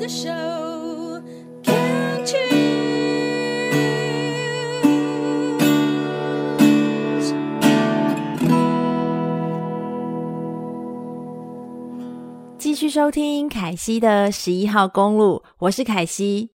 the show. Can't choose. 继续收听凯西的11号公路，我是凯西。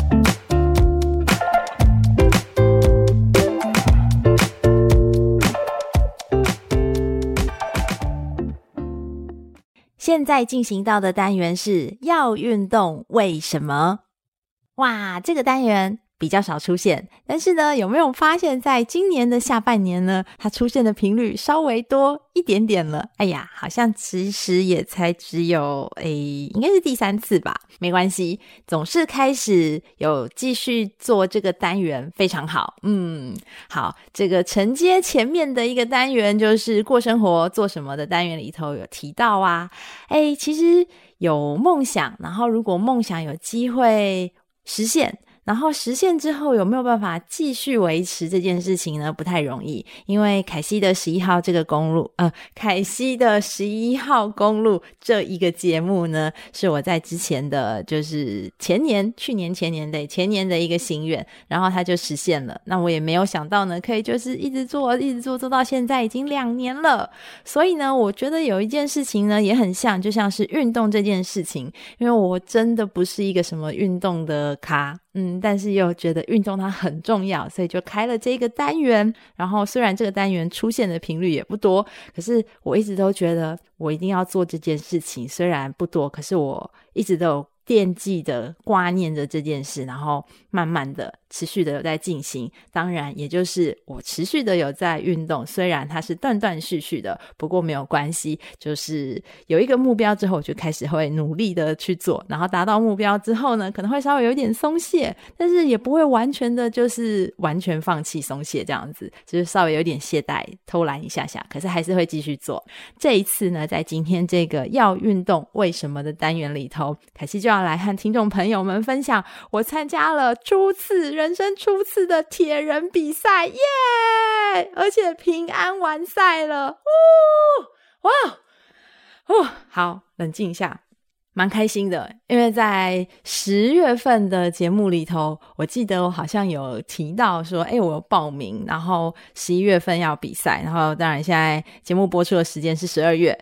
现在进行到的单元是要运动为什么？哇，这个单元比较少出现，但是呢，有没有发现在今年的下半年呢，它出现的频率稍微多一点点了？哎呀，好像其实也才只有应该是第3次吧，没关系，总是开始有继续做这个单元，非常好。好，这个承接前面的一个单元就是过生活做什么的单元里头有提到啊，其实有梦想，然后如果梦想有机会实现，然后实现之后有没有办法继续维持这件事情呢？不太容易，因为凯西的11号这个公路凯西的11号公路这一个节目呢，是我在之前的就是前年的一个心愿，然后它就实现了。那我也没有想到呢，可以就是一直做到现在已经2年了。所以呢，我觉得有一件事情呢也很像，就像是运动这件事情，因为我真的不是一个什么运动的咖，但是又觉得运动它很重要，所以就开了这个单元。然后虽然这个单元出现的频率也不多，可是我一直都觉得我一定要做这件事情，虽然不多，可是我一直都有惦记的挂念着这件事，然后慢慢的持续的有在进行。当然也就是我持续的有在运动，虽然它是断断续续的，不过没有关系，就是有一个目标之后我就开始会努力的去做，然后达到目标之后呢，可能会稍微有一点松懈，但是也不会完全的就是完全放弃松懈这样子，就是稍微有点懈怠偷懒一下下，可是还是会继续做。这一次呢，在今天这个要运动为什么的单元里头，凯西就要来和听众朋友们分享我参加了人生初次的铁人比赛，耶！而且平安完赛了，好，冷静一下，蛮开心的，因为在10月份的节目里头，我记得我好像有提到说我有报名，然后11月份要比赛，然后当然现在节目播出的时间是12月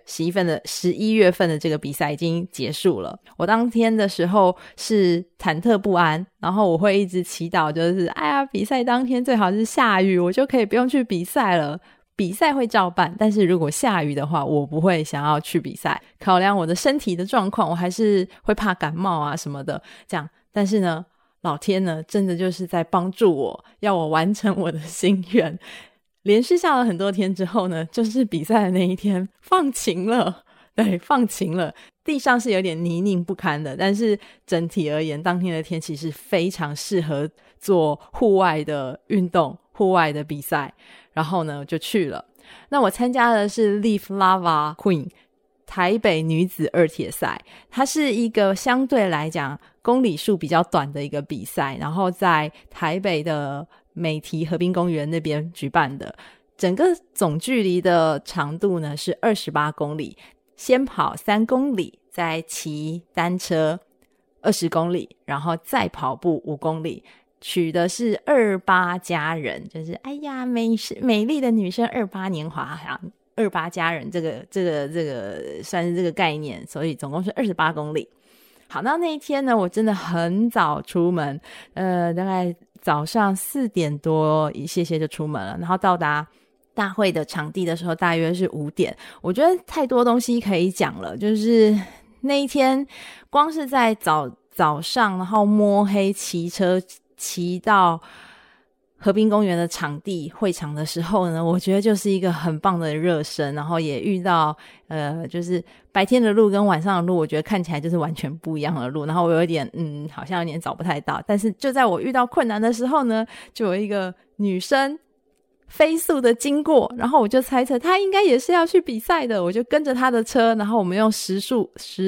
11月份的这个比赛已经结束了。我当天的时候是忐忑不安，然后我会一直祈祷，就是比赛当天最好是下雨，我就可以不用去比赛了。比赛会照办，但是如果下雨的话，我不会想要去比赛，考量我的身体的状况，我还是会怕感冒啊什么的这样。但是呢，老天呢真的就是在帮助我，要我完成我的心愿。连续下了很多天之后呢，就是比赛的那一天放晴了，对，放晴了，地上是有点泥泞不堪的，但是整体而言当天的天气是非常适合做户外的运动，户外的比赛，然后呢就去了。那我参加的是 Live Lava Queen 台北女子2铁赛，它是一个相对来讲公里数比较短的一个比赛，然后在台北的美堤河滨公园那边举办的。整个总距离的长度呢是28公里，先跑3公里，再骑单车20公里，然后再跑步5公里，取的是28佳人，就是美丽的女生28年华28佳人这个算是这个概念，所以总共是28公里。好，那一天呢，我真的很早出门，大概早上4点多一些就出门了，然后到达大会的场地的时候大约是5点。我觉得太多东西可以讲了，就是那一天光是在早上然后摸黑骑车骑到河滨公园的场地会场的时候呢，我觉得就是一个很棒的热身，然后也遇到就是白天的路跟晚上的路，我觉得看起来就是完全不一样的路，然后我有一点好像有点找不太到，但是就在我遇到困难的时候呢，就有一个女生飞速的经过，然后我就猜测他应该也是要去比赛的，我就跟着他的车，然后我们用时速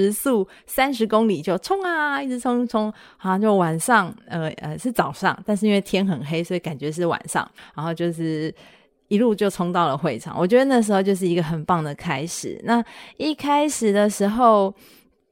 30公里就冲啊，一直冲，好像就晚上是早上，但是因为天很黑，所以感觉是晚上，然后就是一路就冲到了会场。我觉得那时候就是一个很棒的开始。那一开始的时候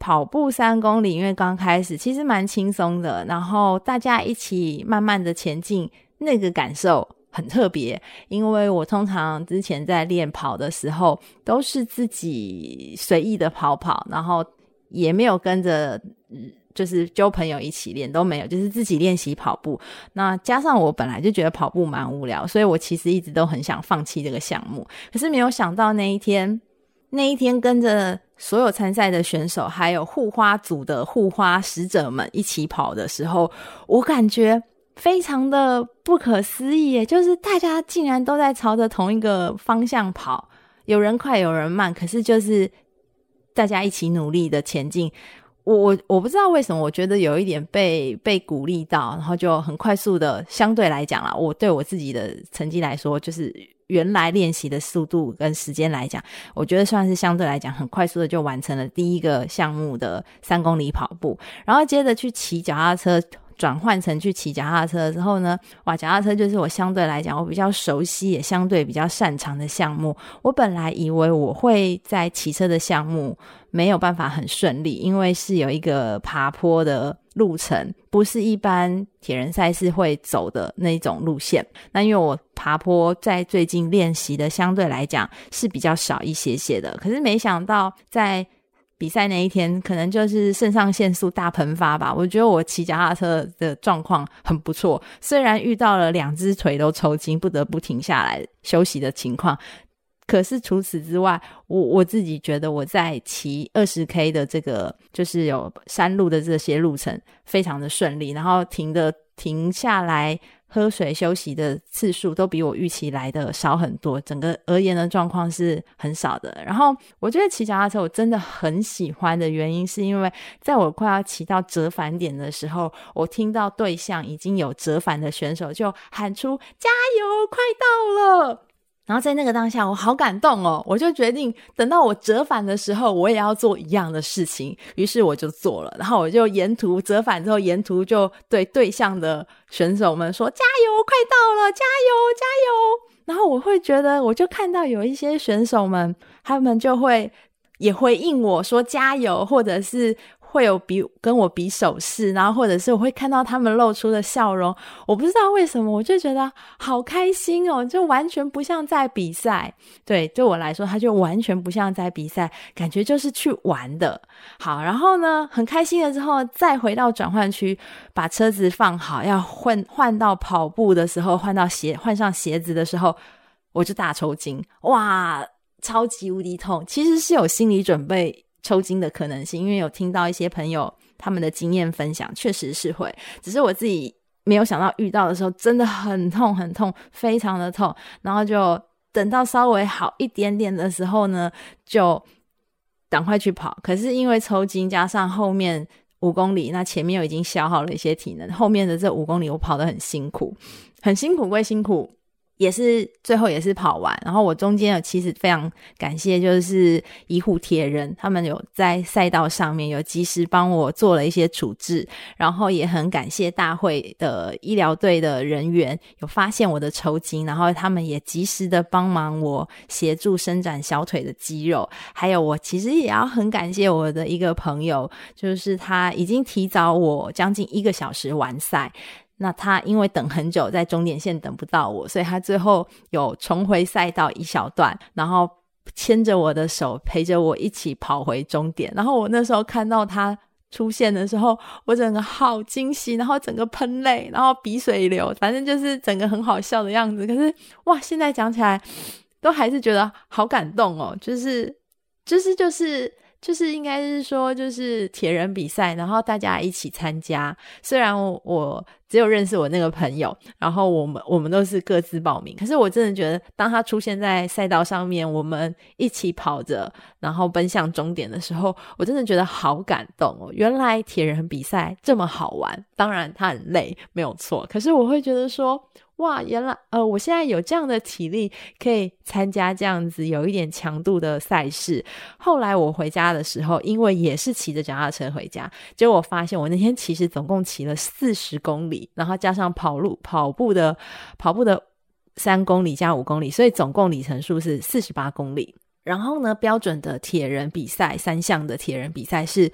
跑步3公里，因为刚开始其实蛮轻松的，然后大家一起慢慢的前进，那个感受很特别。因为我通常之前在练跑的时候都是自己随意的跑，然后也没有跟着就是揪朋友一起练，都没有，就是自己练习跑步。那加上我本来就觉得跑步蛮无聊，所以我其实一直都很想放弃这个项目。可是没有想到那一天跟着所有参赛的选手还有护花组的护花使者们一起跑的时候，我感觉非常的不可思议耶，就是大家竟然都在朝着同一个方向跑，有人快有人慢，可是就是大家一起努力的前进。我不知道为什么，我觉得有一点被鼓励到，然后就很快速的，相对来讲啦，我对我自己的成绩来说，就是原来练习的速度跟时间来讲，我觉得算是相对来讲很快速的就完成了第一个项目的3公里跑步。然后接着去骑脚踏车，转换成去骑脚踏车之后呢，哇，脚踏车就是我相对来讲我比较熟悉也相对比较擅长的项目。我本来以为我会在骑车的项目没有办法很顺利，因为是有一个爬坡的路程，不是一般铁人赛事会走的那种路线。那因为我爬坡在最近练习的相对来讲是比较少一些的，可是没想到在比赛那一天可能就是肾上腺素大喷发吧，我觉得我骑脚踏车的状况很不错，虽然遇到了2只腿都抽筋不得不停下来休息的情况，可是除此之外，我自己觉得我在骑 20K 的这个就是有山路的这些路程非常的顺利，然后停下来喝水休息的次数都比我预期来的少很多，整个而言的状况是很少的。然后我觉得骑脚踏车我真的很喜欢的原因是因为在我快要骑到折返点的时候，我听到对象已经有折返的选手就喊出加油快到了，然后在那个当下我好感动哦，我就决定等到我折返的时候我也要做一样的事情，于是我就做了。然后我就沿途折返之后，沿途就对对象的选手们说加油快到了，加油加油。然后我会觉得，我就看到有一些选手们他们就会也回应我说加油，或者是会有跟我比手势，然后或者是我会看到他们露出的笑容，我不知道为什么我就觉得好开心哦，就完全不像在比赛。对我来说它就完全不像在比赛，感觉就是去玩的。好，然后呢很开心了之后再回到转换区，把车子放好，要换到跑步的时候，换上鞋子的时候，我就大抽筋，哇，超级无敌痛。其实是有心理准备抽筋的可能性，因为有听到一些朋友他们的经验分享，确实是会，只是我自己没有想到遇到的时候真的很痛很痛，非常的痛。然后就等到稍微好一点点的时候呢，就赶快去跑。可是因为抽筋加上后面5公里，那前面又已经消耗了一些体能，后面的这5公里我跑得很辛苦，很辛苦归辛苦，也是最后也是跑完。然后我中间有其实非常感谢就是医护铁人，他们有在赛道上面有及时帮我做了一些处置，然后也很感谢大会的医疗队的人员有发现我的抽筋，然后他们也及时的帮忙我协助伸展小腿的肌肉。还有我其实也要很感谢我的一个朋友，就是他已经提早我将近1个小时完赛，那他因为等很久在终点线等不到我，所以他最后有重回赛道一小段，然后牵着我的手陪着我一起跑回终点。然后我那时候看到他出现的时候，我整个好惊喜，然后整个喷泪，然后鼻水流，反正就是整个很好笑的样子。可是哇，现在讲起来都还是觉得好感动哦，就是应该是说就是铁人比赛，然后大家一起参加。虽然我只有认识我那个朋友，然后我们都是各自报名，可是我真的觉得当他出现在赛道上面，我们一起跑着然后奔向终点的时候，我真的觉得好感动哦。原来铁人比赛这么好玩，当然他很累没有错，可是我会觉得说哇，原来我现在有这样的体力可以参加这样子有一点强度的赛事。后来我回家的时候，因为也是骑着脚踏车回家，结果我发现我那天其实总共骑了40公里，然后加上跑步的3公里加5公里，所以总共里程数是48公里。 然后呢，标准的铁人比赛3项的铁人比赛是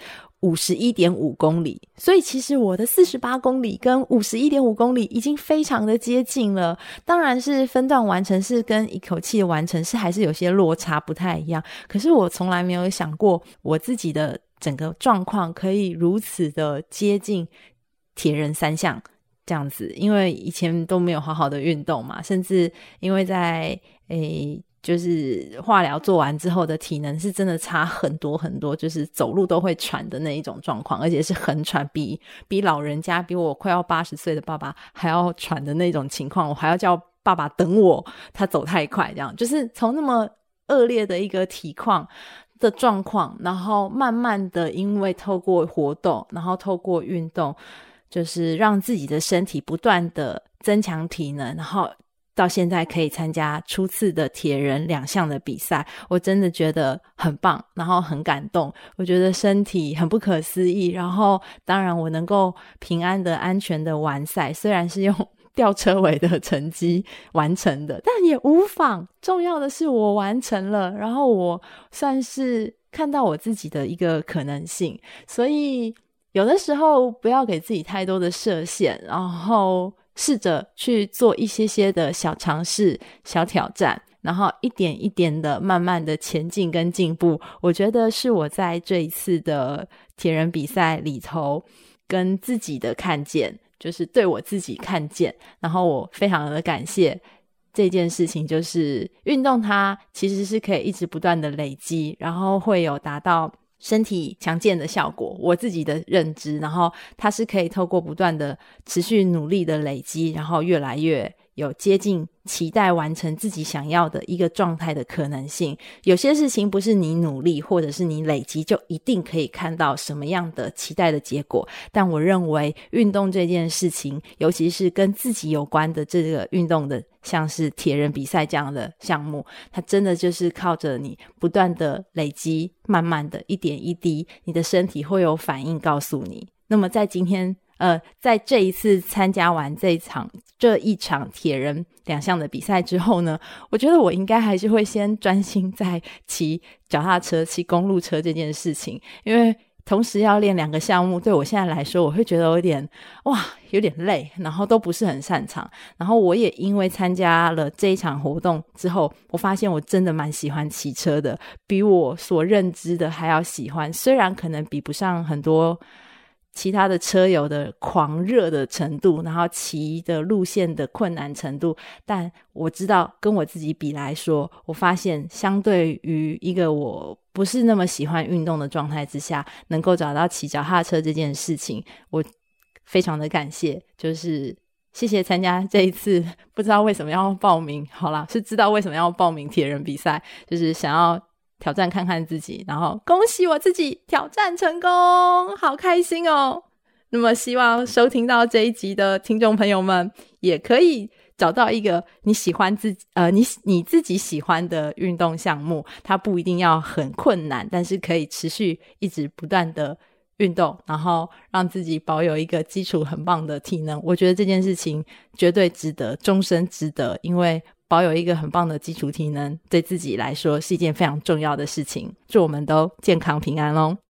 51.5公里，所以其实我的48公里跟51.5公里已经非常的接近了。当然是分段完成，是跟一口气的完成是还是有些落差，不太一样。可是我从来没有想过我自己的整个状况可以如此的接近铁人3项这样子，因为以前都没有好好的运动嘛，甚至因为在就是化疗做完之后的体能是真的差很多很多，就是走路都会喘的那一种状况，而且是很喘，比老人家，比我快要80岁的爸爸还要喘的那种情况，我还要叫爸爸等我，他走太快，这样就是从那么恶劣的一个体况的状况，然后慢慢的因为透过活动，然后透过运动，就是让自己的身体不断的增强体能，然后到现在可以参加初次的铁人2项的比赛，我真的觉得很棒，然后很感动，我觉得身体很不可思议，然后当然我能够平安的安全的完赛，虽然是用吊车尾的成绩完成的，但也无妨，重要的是我完成了，然后我算是看到我自己的一个可能性，所以有的时候不要给自己太多的设限，然后试着去做一些的小尝试、小挑战，然后一点一点的慢慢的前进跟进步，我觉得是我在这一次的铁人比赛里头跟自己的看见，就是对我自己看见，然后我非常的感谢这件事情，就是运动它其实是可以一直不断的累积，然后会有达到身体强健的效果，我自己的认知，然后它是可以透过不断的持续努力的累积，然后越来越有接近期待完成自己想要的一个状态的可能性。有些事情不是你努力或者是你累积就一定可以看到什么样的期待的结果，但我认为运动这件事情，尤其是跟自己有关的这个运动的，像是铁人比赛这样的项目，它真的就是靠着你不断的累积，慢慢的一点一滴，你的身体会有反应告诉你。那么在今天在这一次参加完这一场铁人2项的比赛之后呢，我觉得我应该还是会先专心在骑脚踏车、骑公路车这件事情，因为同时要练2个项目，对我现在来说我会觉得有点累，然后都不是很擅长。然后我也因为参加了这一场活动之后，我发现我真的蛮喜欢骑车的，比我所认知的还要喜欢，虽然可能比不上很多其他的车友的狂热的程度，然后骑的路线的困难程度，但我知道跟我自己比来说，我发现相对于一个我不是那么喜欢运动的状态之下，能够找到骑脚踏车这件事情，我非常的感谢，就是谢谢参加这一次不知道为什么要报名，好啦，是知道为什么要报名铁人比赛，就是想要挑战看看自己，然后恭喜我自己挑战成功，好开心哦。那么希望收听到这一集的听众朋友们也可以找到一个你喜欢你自己喜欢的运动项目，它不一定要很困难，但是可以持续一直不断的运动，然后让自己保有一个基础很棒的体能，我觉得这件事情绝对值得，终身值得，因为保有一个很棒的基础体能对自己来说是一件非常重要的事情。祝我们都健康平安咯。